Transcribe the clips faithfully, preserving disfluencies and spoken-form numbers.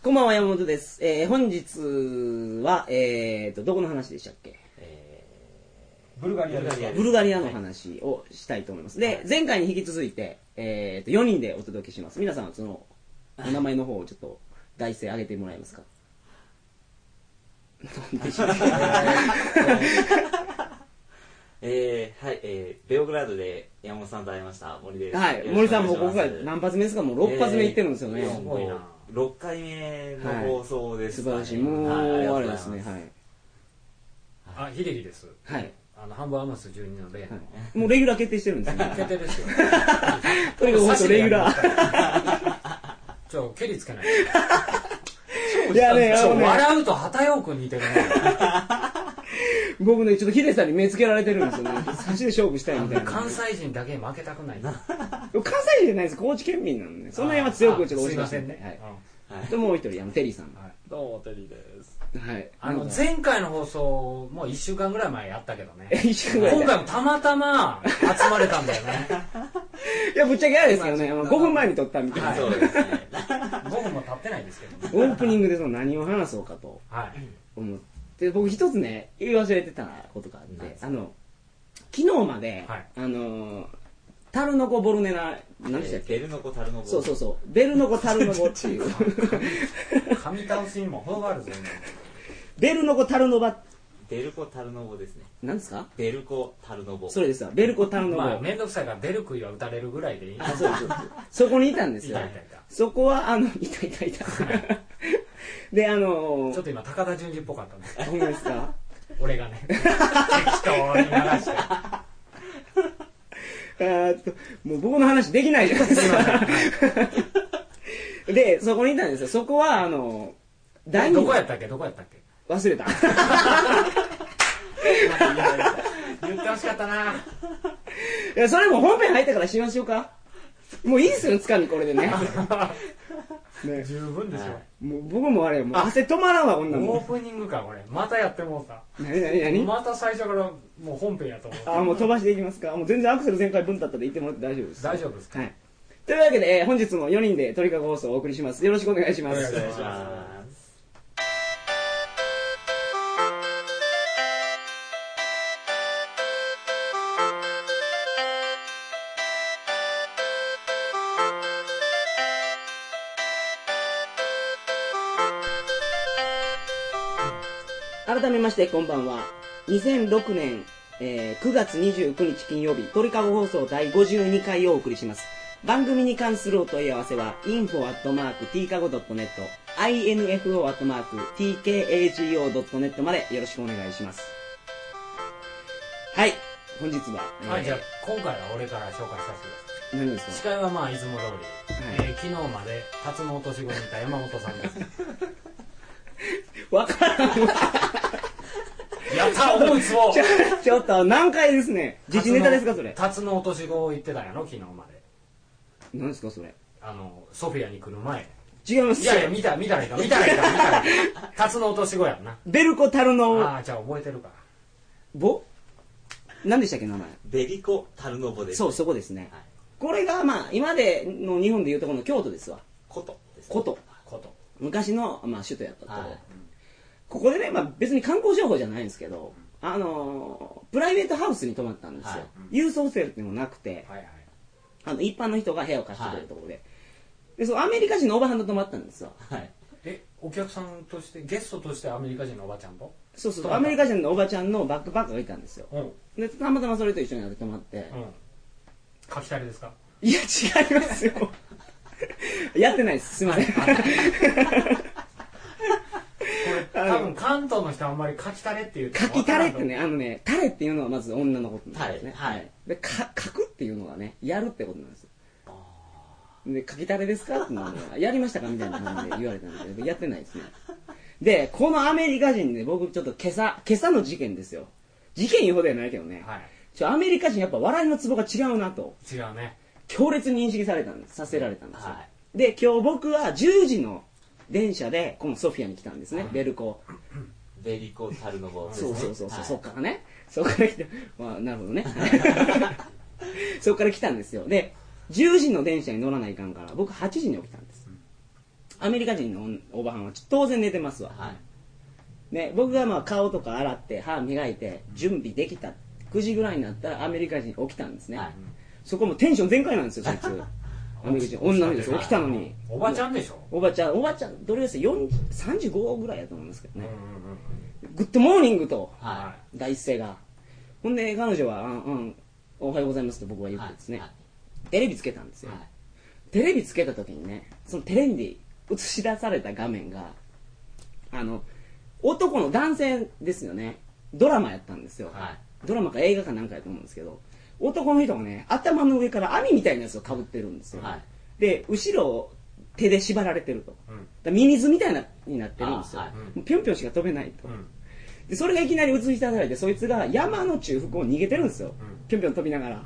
こんばんは、山本です。えー、本日は、えーと、どこの話でしたっけ？えー、ブルガリアですか？ ブルガリアの話をしたいと思います。で、はい、前回に引き続いて、えーと、よにんでお届けします。皆さんはその、お名前の方をちょっと、題声上げてもらえますか？なんでしょうえー、はい、えー、ベオグラードで山本さんと会いました森です。 はい、森さんも今回何発目ですか？もうろっ発目いってるんですよね。 えー、すごいな。ろっかいめの放送ですかね。 はい、素晴らしい。もう、あ, あれですね。はい。 あ、秀樹です。 はい。 あの半分アマスじゅうにの例の、はい、 もうレギュラー決定してるんですね。 決定ですよ。 とにかく本当レギュラー。 ちょ、蹴りつけない。 いやね、 ちょ、笑うと畑陽君似てるね。 僕ね、ちょっとヒデさんに目つけられてるんですよね。差しで勝負したいみたいな。 関西人だけ負けたくないな。 関西人じゃないです。高知県民なんで、ね。その辺は強くちょっと押しませんね。はい。ともう一人、あのテリーさん。 どうもテリーです。 はい。 あの前回の放送もういっしゅうかんぐらい前やったけどね。 いっしゅうかんぐらい。 今回もたまたま集まれたんだよね。 いやぶっちゃけあれですよね。ごふんまえに撮ったみたいな。 そうですね。 ごふんも経ってないですけどね。オープニングでその何を話そうかと思って。で僕一つね言い忘れてたことがあって、あの昨日まで、はい、あのタルノコボルネナ何でしたっけ？ ベルノコタルノボ。 そうそうそうベルノコタルノボっていう噛み倒しにも程があるぞ。 ベルノコタルノバ。 ベルコタルノボですね。 何ですか？ ベルコタルノボ。 それですわ。ベルコタルノボ。 まあ面倒くさいからベルクイは打たれるぐらいでいい。 あ、そうそうそう。そこにいたんですよ。いたいたいた。そこはあのいたいたいた。であのー、 ちょっと今高田純次っぽかったんです。 ほんまですか？ 俺がね適当に流してあっともう僕の話できないじゃないですか。でそこにいたんですよ。そこはあのー、どこやったっけどこやったっけ忘れた。 言ってほしかったな。 いやそれも本編入ったからしましょうか。もういいっすよつかみこれでね。 ね、十分でしょ、はい、 もう僕もあれもう汗止まらんわこんなもん。 オープニングかこれまたやってもうた。 何何何また最初からもう本編やと思う。 あもう飛ばしていきますか。もう全然アクセル全開分だったで言ってもらって大丈夫です。 大丈夫ですか、 はい、というわけで、えー、本日もよにんで鳥かご放送をお送りします。よろしくお願いします。 お願いします。 改めましてこんばんは。にせんろくねん、えー、くがつにじゅうくにち金曜日鳥かご放送だいごじゅうにかいをお送りします。番組に関するお問い合わせは インフォ アットマーク ティーカゴ ドットネット インフォ アットマーク ティーケーエージーオー ドットネット までよろしくお願いします。はい、本日は、 はい、えー、じゃあ今回は俺から紹介させてください。 何ですか？ 司会はまあいつも通り、はい、えー、昨日まで辰野落とし子にいた山本さんです。 わからんわ。 やった思いつぼ。 ちょちょっと何回ですね。自信ネタですかそれ？ 辰野落とし子を言ってたんやろ昨日まで。 何ですかそれ？ あのソフィアに来る前。 違います。 いやいや見た見たらいいか見たらいいか見たらいいか。辰野落とし子やんな。 ベルコタルノ。 ああじゃあ覚えてるか。 ボ？何でしたっけ名前？ ベリコタルノボです。 そうそこですね。はい、これがまあ今での日本でいうとこの京都ですわ。 古都です、ね。 古都。 古都。 昔のまあ首都やったところ。はい、ここでねまあ別に観光情報じゃないんですけど。あのー、プライベートハウスに泊まったんですよ、はい、ユースホテルっていうのもなくて、はいはい、あの一般の人が部屋を貸してくれるところで、はい、でそのアメリカ人のおばはんと泊まったんですよ、はい、 えお客さんとしてゲストとしてアメリカ人のおばちゃんとそうそうアメリカ人のおばちゃんのバックパックがいたんですよ、うん、でたまたまそれと一緒になって泊まって、うん、 書きたりですか？ いや違いますよやってないですすいません多分関東の人はあんまりかきたれっていうかきたれってねあのねタレっていうのはまず女のことなんですね、 はい、 でか書くっていうのはねやるってことなんですよ。でかきたれですかってのはやりましたかみたいな感じで言われたんでやってないですね。でこのアメリカ人で僕ちょっと今朝今朝の事件ですよ。事件言うほどじゃないけどね、はい、ちょアメリカ人やっぱ笑いのツボが違うなと違うね強烈に認識されたんですさせられたんですよ、はい、で今日僕はじゅうじの電車でこのソフィアに来たんですね、うん、ベルコベリコタルノボですね。 そうそうそうそう、はい、そっからねそっから来て、まあ、なるほどねそっから来たんですよ。でじゅうじの電車に乗らないかんから僕はちじに起きたんです、 アメリカ人のおばはんは当然寝てますわ、 はいね、僕がまあ顔とか洗って歯磨いて準備できたくじぐらいになったらアメリカ人起きたんですね、はい、そこもテンション全開なんですよそいつアメリカ人女の人です起きたのにおばちゃんでしょおばちゃんおばちゃんどれですよさんじゅうごぐらいやと思うんですけどね、うんうんうん、グッドモーニングと、はい、第一声がほんで彼女は、うんうん、おはようございますと僕は言ってですね、はいはい、テレビつけたんですよ、はい、テレビつけた時にねそのテレビで映し出された画面があの男の男性ですよねドラマやったんですよ、はい、ドラマか映画かなんかやと思うんですけど男の人がね頭の上から網みたいなやつをかぶってるんですよ、はい、で後ろを手で縛られてると、うん、だミミズみたいなになってるんですよ、はい、ぴょんぴょんしか飛べないと、うん、でそれがいきなり映し出されてそいつが山の中腹を逃げてるんですよ、うん、ぴょんぴょん飛びながら、うん、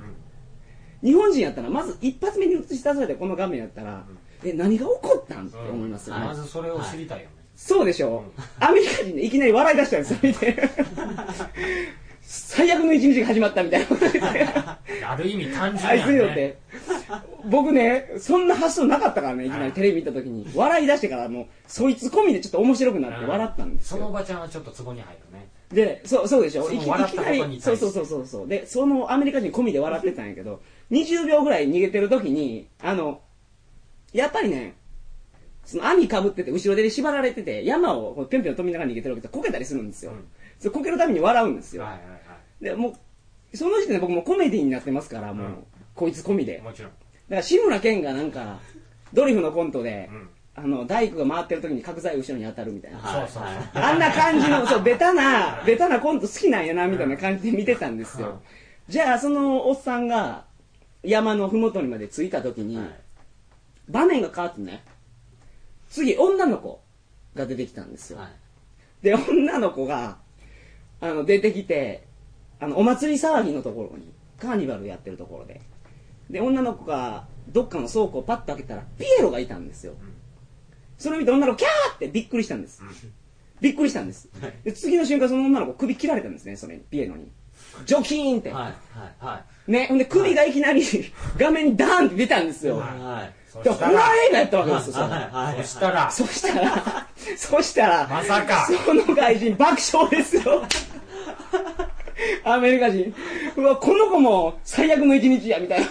日本人やったらまず一発目に映し出されてこの画面やったら、うん、え何が起こったんって思いますよね、 うん、まずそれを知りたいよね、はい、 そうでしょ、うん、アメリカ人でいきなり笑い出したんですよ見て最悪の一日が始まったみたいなことである意味単純やねあいつにとって僕ねそんな発想なかったからねいきなりテレビ見た時に笑い出してからもうそいつ込みでちょっと面白くなって笑ったんですよ、 そのおばちゃんはちょっとツボに入るねでそうそうでしょその笑ったことに対してそうそうそうそうでそのアメリカ人込みで笑ってたんやけどにじゅうびょうぐらい逃げてる時にあのやっぱりねその網かぶってて後ろ手で縛られてて山をぴょんぴょん飛びながら逃げてるわけでこけたりするんですよ、うん、それこけるために笑うんですよ、はいはいはい、でもうその時点で僕もコメディになってますからもう、うん、こいつ込みでもちろんだから志村けんがなんかドリフのコントで、うん、あの大工が回ってる時に角材後ろに当たるみたいな、はいはい、あんな感じのそうベタなベタなコント好きなんやなみたいな感じで見てたんですよ、うん、じゃあそのおっさんが山のふもとにまで着いた時に、はい、場面が変わってね次女の子が出てきたんですよ、はい、で女の子があの出てきてあのお祭り騒ぎのところにカーニバルやってるところでで女の子がどっかの倉庫をパッと開けたらピエロがいたんですよ、うん、それを見て女の子キャーってびっくりしたんです、うん、びっくりしたんですで次の瞬間その女の子首切られたんですねそれにピエロにジョキーンって、はいはいはい、ね、ほんで首がいきなり画面にダーンって出たんですよ、はいはい、でホラー映画やったわけですよ、 はいはい、そしたらそしたらそしたらまさかその外人爆笑ですよアメリカ人うわこの子も最悪の一日やみたいな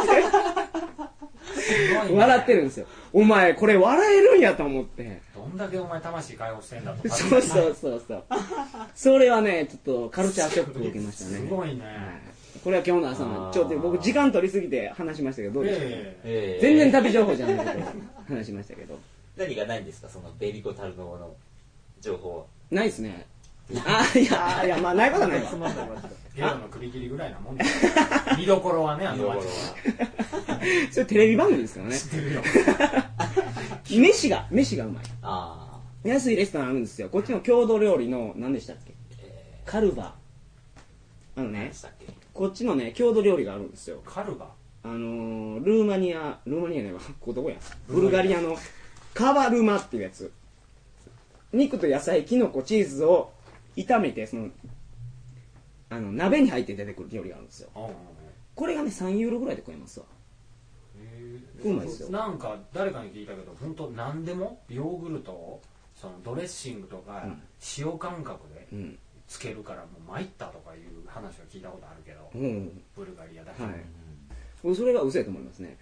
笑ってるんですよお前これ笑えるんやと思ってどんだけお前魂解放してんだとそうそうそうそうそれはねちょっとカルチャーショックを受けましたねすごいね、はい、 これは今日の朝のちょっと僕時間取りすぎて話しましたけどどうでしょう、えー、全然旅情報じゃないことを話しましたけど何がないんですかそのベリコタルノの情報はないですねあいやいやまあないことはないわゲロの首切りぐらいなもんだ見どころはねあのはそれテレビ番組ですからね知ってるよ飯が飯がうまいあ安いレストランあるんですよこっちの郷土料理の何でしたっけ、えー、カルバあのねこっちのね郷土料理があるんですよカルバあのー、ルーマニアルーマニアねここどこやブルガリアのカバルマっていうやつ肉と野菜キノコチーズを炒めてそのあの鍋に入って出てくる料理があるんですよこれがねさんユーロぐらいで食えますわうまいですよなんか誰かに聞いたけど本当何でもヨーグルトをそのドレッシングとか塩感覚でつけるからもう参ったとかいう話は聞いたことあるけど、うん、ブルガリアだけ、はい、 うん、それがうせえと思いますね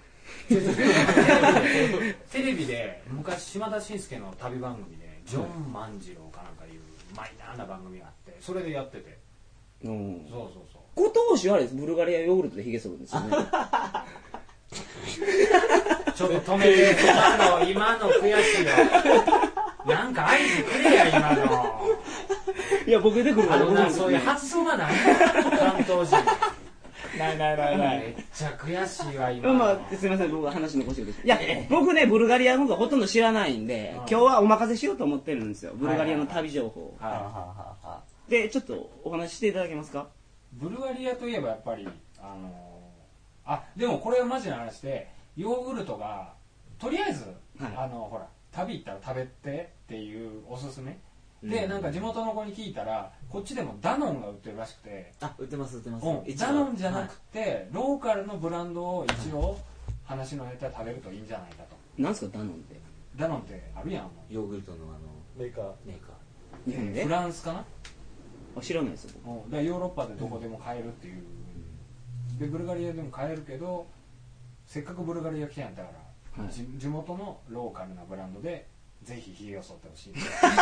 テレビで昔島田紳介の旅番組でジョン万次郎かなんかいうマイナーな番組があってそれでやってて、うん、そうそうそうご当主はあれですブルガリアヨーグルトでヒゲ剃るんですよねちょっと止めて今の今の悔しいよなんか合図くれや今のいや僕出てくるからあのなそういう発想がない関東人ないないないないめっちゃ悔しいわ今まあすみません僕は話の腰をですいや、えー、僕ねブルガリアのことほとんど知らないんで、うん、今日はお任せしようと思ってるんですよブルガリアの旅情報でちょっとお話ししていただけますかブルガリアといえばやっぱりあのー、あでもこれはマジな話でヨーグルトがとりあえず、はい、あのほら旅行ったら食べてっていうおすすめで、うん、なんか地元の子に聞いたらこっちでもダノンが売ってるらしくてあ売ってます売ってます、 うん、ダノンじゃなくて、はい、ローカルのブランドを一応話のネタ食べるといいんじゃないかとなんすかダノンってダノンってあるやん。 ヨーグルトのあのメーカーメーカ日本でフランスかな。 あ知らないですよ僕。 うん、でヨーロッパでどこでも買えるっていう、でブルガリアでも買えるけど、せっかくブルガリア来たんやったから、 はい、 じ地元のローカルなブランドでぜひひげを剃ってほしい。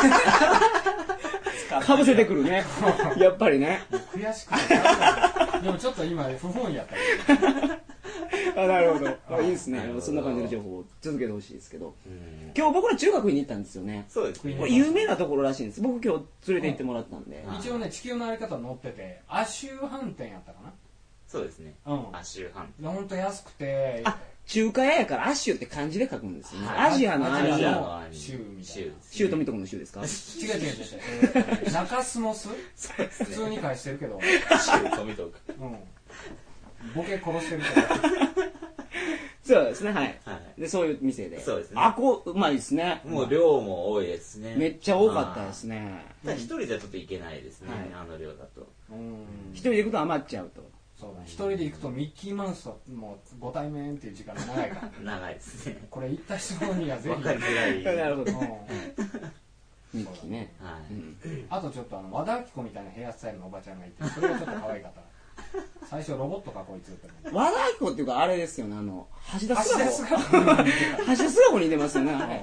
かぶせてくるねやっぱりね。 悔しくてでもちょっと今不本意やったけどあなるほど。あいいですねなるほ。どそんな感じの情報を続けてほしいですけど、 ー。うん。 今日僕ら中学に行ったんですよね。 そうですね。 これ有名なところらしいんです。僕今日連れて行ってもらったんで、 うん一応ね、地球の歩き方載ってて、亜州飯店やったかそうですね。 な。うん。 アシューハン。 いやほんと安くて、 あ中華屋やからアッシュって漢字で書くんですよね。 はいアジアのアアジアジアのの州みたいな。 シュートミトコの州ですか？ 違う違う違う違う、えー中洲の巣そうです普通に返してるけど、 シュートミトク。 うん。ボケ殺してるけど。 そうですね、はい。 はい。 でそういう店で。 そうですねあこうまいですね。 もう量も多いですね。 めっちゃ多かったですね。 ただ一人じゃちょっといけないですね、 はいあの量だと。 うん。 一人で行くと余っちゃうと。 そうだね。一人で行くとミッキーマウスともうご対面っていう時間が長いから。 長いですね。 これ行った人にはぜひ。 わかりづらい。 なるほど。 うんミッキーね。 はい。 うんあとちょっとあの和田アキ子みたいなヘアスタイルのおばちゃんがいて、それがちょっと可愛かった。最初ロボットかこいつって思って。 和田アキ子っていうかあれですよね、あの橋田橋田壽賀壽賀子に似て子。橋田壽賀子に似てますよね。あれ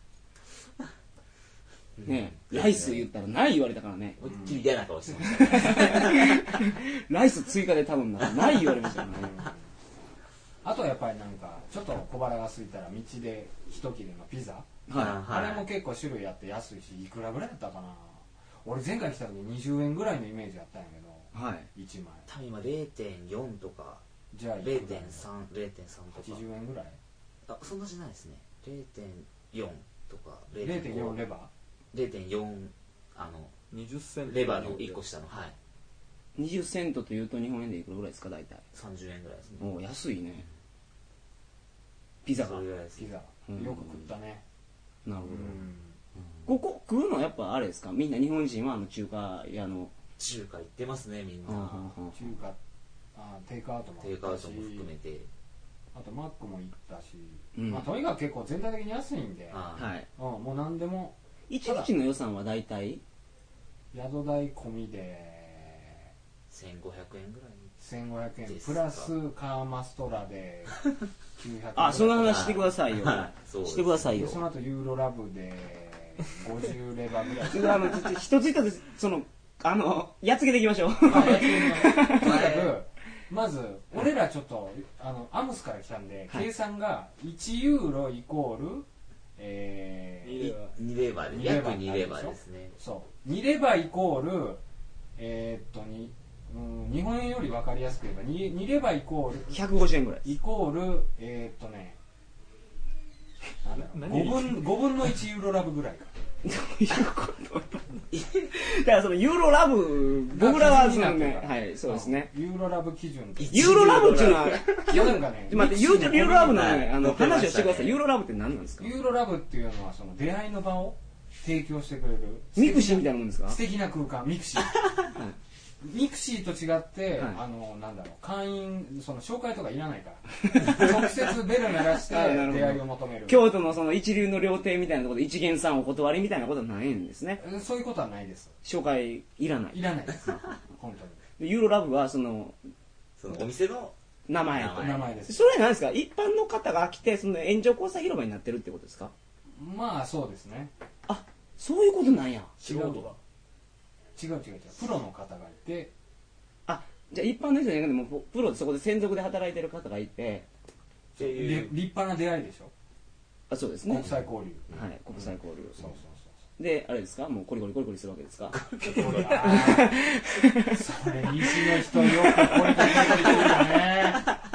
うんねライス言ったらない言われたからね。 思いっきり嫌な顔してましたね。 ライス追加で多分ない言われましたよね。 あとはやっぱりなんかちょっと小腹が空いたら道で一切れのピザ、 はあれも結構種類あって安いし、いくらぐらいだったかな。俺前回来た時ににじゅうえんぐらいのイメージあったんやけど、 い。はい。 いちまい多分今 れいてんよん とかじゃあいくられいてんさん、れいてんさんとか。 はちじゅうえんぐらい。 あ、そんなじゃないですね。れいてんよんとかれいてんよん レバれいてんよん、あの、 にじゅっセントレバーのいっこ下の、はい。 にじゅっセントというと日本円でいくらぐらいですか大体。 さんじゅうえんぐらいですね。 おお安いね。ピザが。なるそれぐらいですーピザうんよく食ったね。 ほど。 うんここ食うのはやっぱあれですか、みんな日本人はあの中華屋の、 中華行ってますね、みんな。 中華、あテイクアウトもテイクアウトも含めて。 あとマックも行ったし、 うんまあ、とにかく結構全体的に安いんで、 あはい。 うん、もう何でも一日の予算は大体宿代込みでせんごひゃくえんぐらい。 せんごひゃくえんですかプラスカーマストラできゅうひゃくえんあ、その話してくだいさいよ。 はいそうですしてくださいよ。 でその後ユーロラブでごじゅうレバーぐらいちょっとあの、ちょっと一つ一つ、その、あの、やっつけていきましょう。 まあやってみようとにかくまず俺らちょっとあのアムスから来たんで、 はい計算がいちユーロイコールえー、 にレバーにレバーで、 にレバー約にレバーですね。 そうにレバーイコールえー、っとに、うん、日本円より分かりやすく言えば 2, にレバーイコールひゃくごじゅうえんぐらい。 イコールえー、っとねなんだろう何ごぶんごぶんのいちユーロラブぐらいかどういうことだからそのユーロラブ、僕らはそのね、はい、そうですね。 ユーロラブ基準でユーロラブっていうのは、 なんかね待って、ユーユーロラブのね、あの、 載ってましたね話をしてください。ユーロラブって何なんですか？ ユーロラブっていうのはその出会いの場を提供してくれるミクシーみたいなもんですか？ 素敵な空間ミクシーミクシーと違って、 はいあのなんだろう会員その紹介とかいらないから直接ベル鳴らしてあなるほど出会いを求める京都のその一流の料亭みたいなところで一元さんお断りみたいなことはないんですね。 えそういうことはないです紹介いらない。 いらないです本当ユーロラブはそのそのお店の名前と。 に名前ですそれは何ですか？一般の方が来て、その炎上交差広場になってるってことですか？ まあそうですねあ、そういうことなんや。 素人が違う違う違うプロの方がいてあ、じゃあ一般の人じゃなくてもうプロでそこで専属で働いてる方がいて、 ってでいう。 立派な出会いでしょあ、そうですね。 国際交流はい、国際交流。 そうそうで、あれですか？もうコリコリコリコリするわけですか？ そうそうあーそれ西の人よくこれとこれと言うよね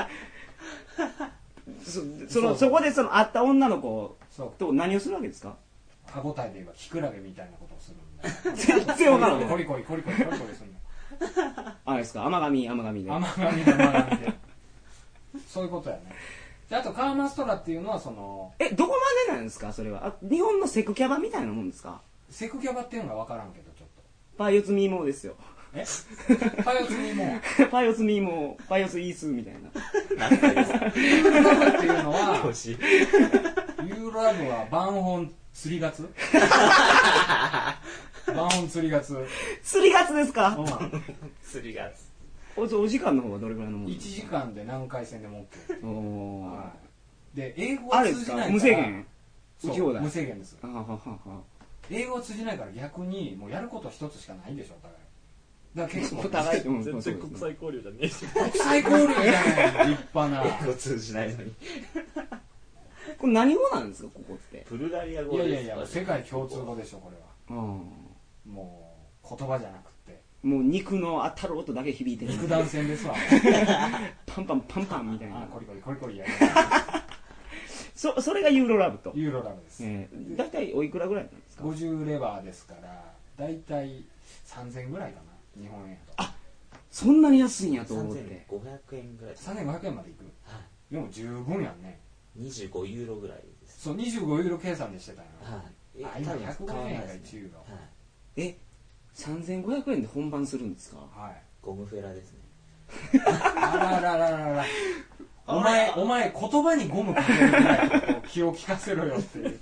そそのそうそこでその会った女の子そうと何をするわけですか？ 歯応えで言えばキクラゲみたいなことをするんだよ全然わからん。 コリコリコリコリコリコリするんだよあれですか？甘噛み甘噛みで。 甘噛みで甘噛みでそういうことやねであとカーマストラっていうのはそのえ、どこまでなんですかそれは？あ、日本のセクキャバみたいなもんですか？ セクキャバっていうのが分からんけどちょっとパイオツミーモーですよ。 えパイオツにもパイオツミーモー、パイオツイースーみたいな。 何歳ですか？ ユーロラブっていうのは欲しい。 ユーロロラブは晩本釣りガツ晩本釣りガツ釣りガツですか？ 釣りガツ。 お, お時間の方はどれぐらいのものいちじかんで何回戦でも OK。 おー、 はい、で英語は通じないから。 無制限？ そう無制限です。 あははは。 英語は通じないから逆にもうやること一つしかないでしょお互い。だから結構お互い全然国際交流じゃねえし。 国際交流じゃない立派な。 英語通じないのに。 これ何語なんですかここって？ ブルガリア語です。 いやいやいや世界共通語でしょこれは。 うん、 もう言葉じゃなくてもう肉の当たる音だけ響いてる。 肉弾戦ですわ。 パンパンパンパンみたいな。 あコリコリコリコリやる。 そそれがユーロラブと。 ユーロラブです。 えー、大体おいくらぐらいなんですか？ ごじゅうレバーですから大体さんぜんぐらいかな日本円と。 あ、そんなに安いんやと思って。 さんぜんごひゃくえんぐらい。 さんぜんごひゃくえんまでいく。 はい。 でも十分やんね。 にじゅうごユーロぐらいです。 そうにじゅうごユーロ計算でしてたんや。 はい。 あ今ひゃくごえんやからいちユーロ。 はい。 え、さんぜんごひゃくえんで本番するんですか？ はい。 ゴムフェラですね。 あららららら。お前お前言葉にゴムかけるぐらい気を利かせろよっていう。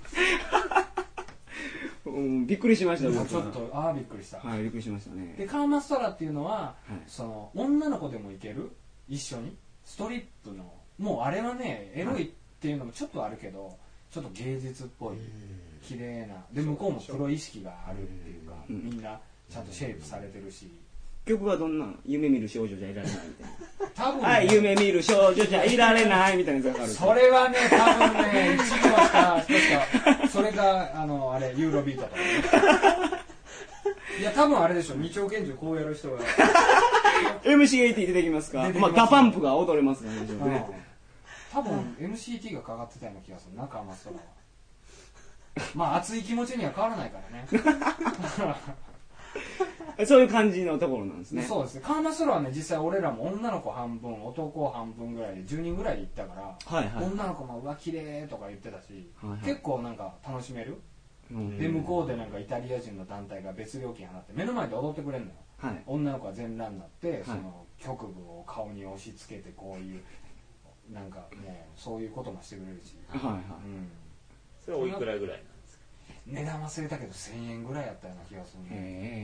うん、びっくりしました。 ちょっとああびっくりした。 はい、びっくりしましたね。 でカーマストラっていうのは、 はい、 その女の子でもいける一緒にストリップのもうあれはねエロいっていうのもちょっとあるけどちょっと芸術っぽい綺麗なで向こうもプロ意識があるっていうか、うん、みんなちゃんとシェイプされてるし。 曲はどんな夢見る少女じゃいられないみたいな。 多分、ね、 はい、夢見る少女じゃいられないみたいなやつがある。 それはね多分ね一部はしかしかそれがあのあれユーロビートとか、ね、いや多分あれでしょ二丁拳銃こうやる人がエムシーエーティー 出てきますか？まあダパンプが踊れますね。 多分 エムシーティー がかかってたような気がするなカーマストラは。まあ熱い気持ちには変わらないからね。 そういう感じのところなんですね。 そうですね。カーマストラはね実際俺らも女の子半分男半分ぐらいでじゅうにんぐらいで行ったから、はいはい、女の子もうわ綺麗とか言ってたし、はいはい、結構なんか楽しめる。で向こうでなんかイタリア人の団体が別料金払って目の前で踊ってくれるのよ、はい、女の子は全裸になって、はい、その局部を顔に押し付けてこういうなんかもうそういうこともしてくれるし、はいはい、うん、 それはおいくらぐらいなんですか？ 値段忘れたけどせんえんぐらいやったような気がするね。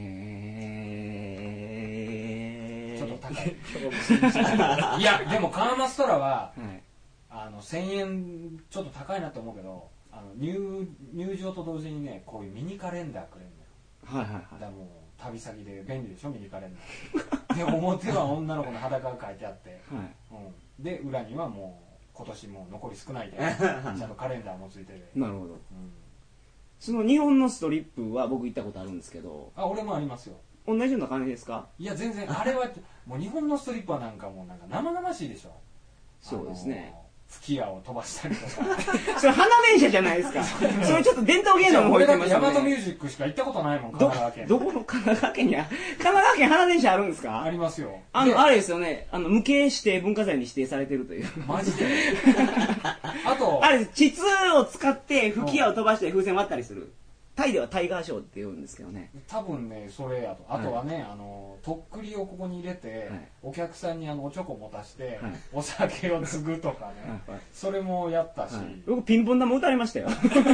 へーちょっと高い。いやでもカーマストラは、はい、あのせんえんちょっと高いなと思うけどあの 入, 入場と同時にねこういうミニカレンダーくれるのよ。はいはいはい。だからもう旅先で便利でしょミニカレンダー。で表は女の子の裸が書いてあって、はいうん、で裏にはもう今年もう残り少ないでちゃんとカレンダーもついてて。 なるほど。うん、その日本のストリップは僕行ったことあるんですけど。 あ俺もありますよ。 同じような感じですか？いや全然あれはもう日本のストリップはなんかもうなんか生々しいでしょ。 そうですね。 吹き矢を飛ばしたりとかそれ花電車じゃないですか。それちょっと伝統芸能も置いてますよね。 俺だってヤマトミュージックしか行ったことないもん神奈川県。 どこの神奈川県には神奈川県花電車あるんですか？ ありますよ。 あのあれですよねあの無形指定文化財に指定されてるという。 マジであとあれ膣を使って吹き矢を飛ばして風船割ったりする。タイではタイガーショーって言うんですけどね。 多分ねそれやとあとはね、はい、あのとっくりをここに入れて、はい、お客さんにあのおちょこ持たして、はい、お酒を継ぐとかね、はい、それもやったし、はい、 僕ピンポン玉打たれましたよ。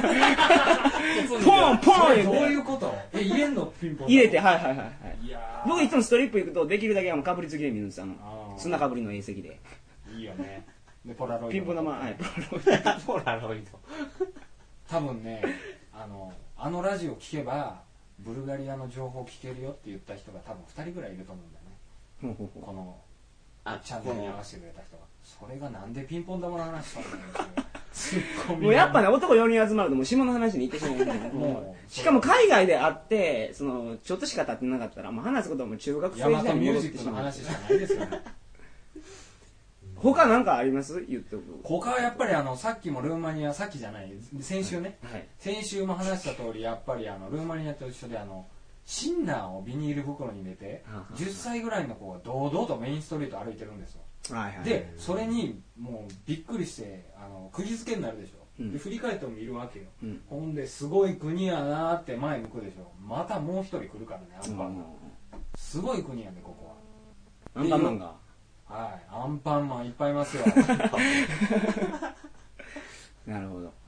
ポンポン言うて。 どういうこと？え入れんのピンポン玉入れてはいはいはい、はい、いや僕いつもストリップ行くとできるだけあのかぶりつきで見るんです。あの砂かぶりの遠石でいいよね。でポラロイドピンポン玉はいポラロイドポラロイド多分ねあのあのラジオ聞けばブルガリアの情報聞けるよって言った人が多分ふたりぐらいいると思うんだよね。このあチャンネルに合わせてくれた人がそれがなんでピンポン玉の話したんだろうツッコミもうやっぱね男よにん集まるともう下の話に行ってしまうんでもうしかも海外で会ってそのちょっとしか経ってなかったらもう話すことはもう中学生時代に戻ってしまう。ヤマトミュージックの話しかないですよね。他なんかあります言っておく。 他はやっぱりあのさっきもルーマニアさっきじゃない先週ね、はい、先週も話した通りやっぱりあのルーマニアと一緒であのシンナーをビニール袋に入れてじゅっさいぐらいの子が堂々とメインストリート歩いてるんですよ、はいはい、でそれにもうびっくりしてあの釘付けになるでしょ、うん、で振り返っても見るわけよ、うん、ほんですごい国やなって前向くでしょまたもう一人来るからねアンパンが、うん、すごい国やねここは。 アンパンマンがはい、アンパンマンいっぱいいますよ。 なるほど。 うん、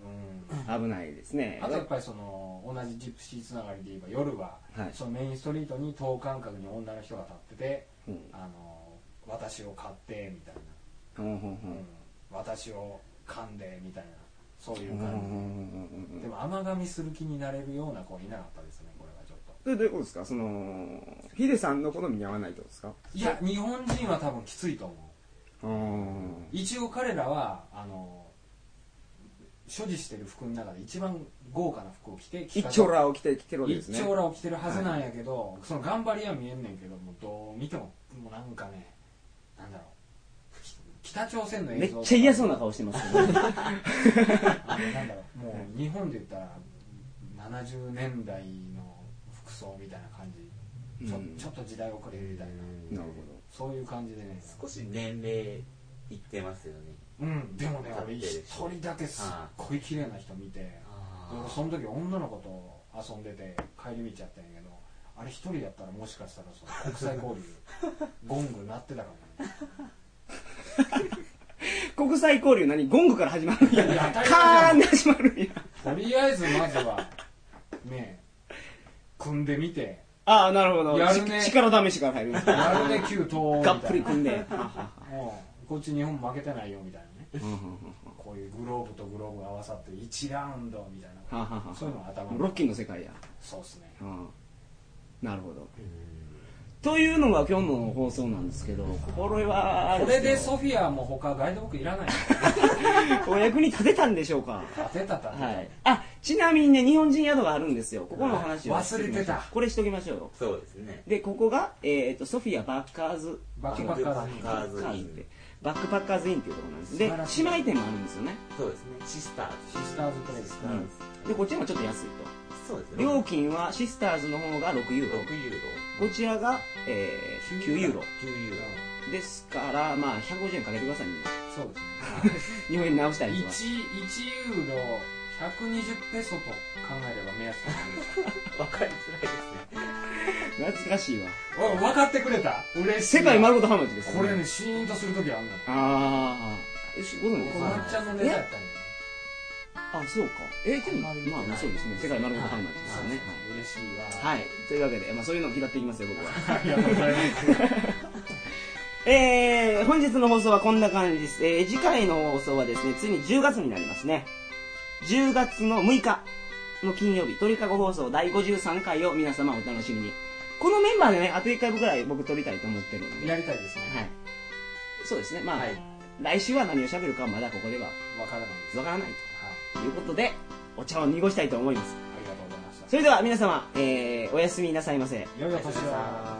危ないですね。 あとやっぱりその同じジプシーつながりで言えば夜は、はい、そのメインストリートに等間隔に女の人が立ってて、うん、あの私を買ってみたいな、うんうんうん、私を噛んでみたいな、そういう感じで、でも甘噛みする気になれるような子いなかったですね、これはちょっと。 それどういうことですか、そのヒデさんの好みに合わないってことですか。 いや、日本人は多分きついと思う。一応彼らはあの所持してる服の中で一番豪華な服を着て一丁羅を着て着てるわけですね。 一丁羅を着てるはずなんやけど、はい、その頑張りは見えんねんけども、どう見てももうなんかね、なんだろう、北朝鮮の映像めっちゃ嫌そうな顔してますけどね。 あのなんだろう、もう日本で言ったらななじゅうねんだいの服装みたいな感じ、ちょ、うん、ちょっと時代遅れみたいな、なるほど、そういう感じでね、 少し年齢いってますよね。 うん、でもね、俺一人だけすっごい綺麗な人見て、俺その時女の子と遊んでて帰り道やったんやけど、あれ一人やったらもしかしたらその国際交流ゴング鳴ってたかもね。 国際交流何、ゴングから始まるんや。いや、カーンで始まるんや。 とりあえずまずはね、組んでみて、 ああ、なるほど、やるね、力試しから入るんですか。 やるね、旧東欧みたいな、 がっぷり組んで、 もうこっち日本負けてないよみたいなね、こういうグローブとグローブが合わさっていちラウンドみたいな、そういうのが頭に。 ロッキンの世界や。 そうですね、 なるほど。というのが今日の放送なんですけど、これはこれでソフィアも他ガイドブックいらない。 お役に立てたんでしょうか。 立てた立てた、はい、 あ、ちなみにね、日本人宿があるんですよ。ここの話は忘れてた。 これしときましょうよ。 そうですね。 で、ここが、えー、とソフィアバッカーズバックパッカーズインってバックパッカーズインっていうところなんです。で、姉妹店もあるんですよね。 そうですね。シスターズ。 シスターズプレイス、 うん、で、こっちもちょっと安いと。 そうですね。 料金はシスターズの方がろくユーロ。 ろくユーロ。 こちらが、えー、きゅうユーロ。 きゅうユーロ。 ですから、まあ、ひゃくごじゅうえんかけてくださいね。 そうですね。 日本円に直したい人は。いちユーロひゃくにじゅうペソと考えれば目安となります。わかりづらいですね。懐かしいわ。 お、分かってくれた。嬉しい。 世界丸ごとハマチです、 ね。これね、シーンとするときあんの。 ああ。よし、ご存知ですか。 まっちゃんのネタやったんや。 あ、そうか。えー、でも、まあ、そうですね。世界丸ごとハマチですよね。 嬉しいわ。 はい。というわけで、まあ、そういうのを嫌っていきますよ、僕は。 ありがとうございます。 えー、本日の放送はこんな感じです。えー、次回の放送はですね、ついにじゅうがつになりますね。じゅうがつのむいかの金曜日、鳥かご放送だいごじゅうさんかいを皆様お楽しみに。このメンバーでね、あといっかいぐらい僕撮りたいと思ってるんで。 やりたいですね。 はい。そうですね。まあ、はい、来週は何を喋るかはまだここではわからないです。 わからないと、はい、いうことで、お茶を濁したいと思います。 ありがとうございました。 それでは皆様、えー、おやすみなさいませ。 良いお年を。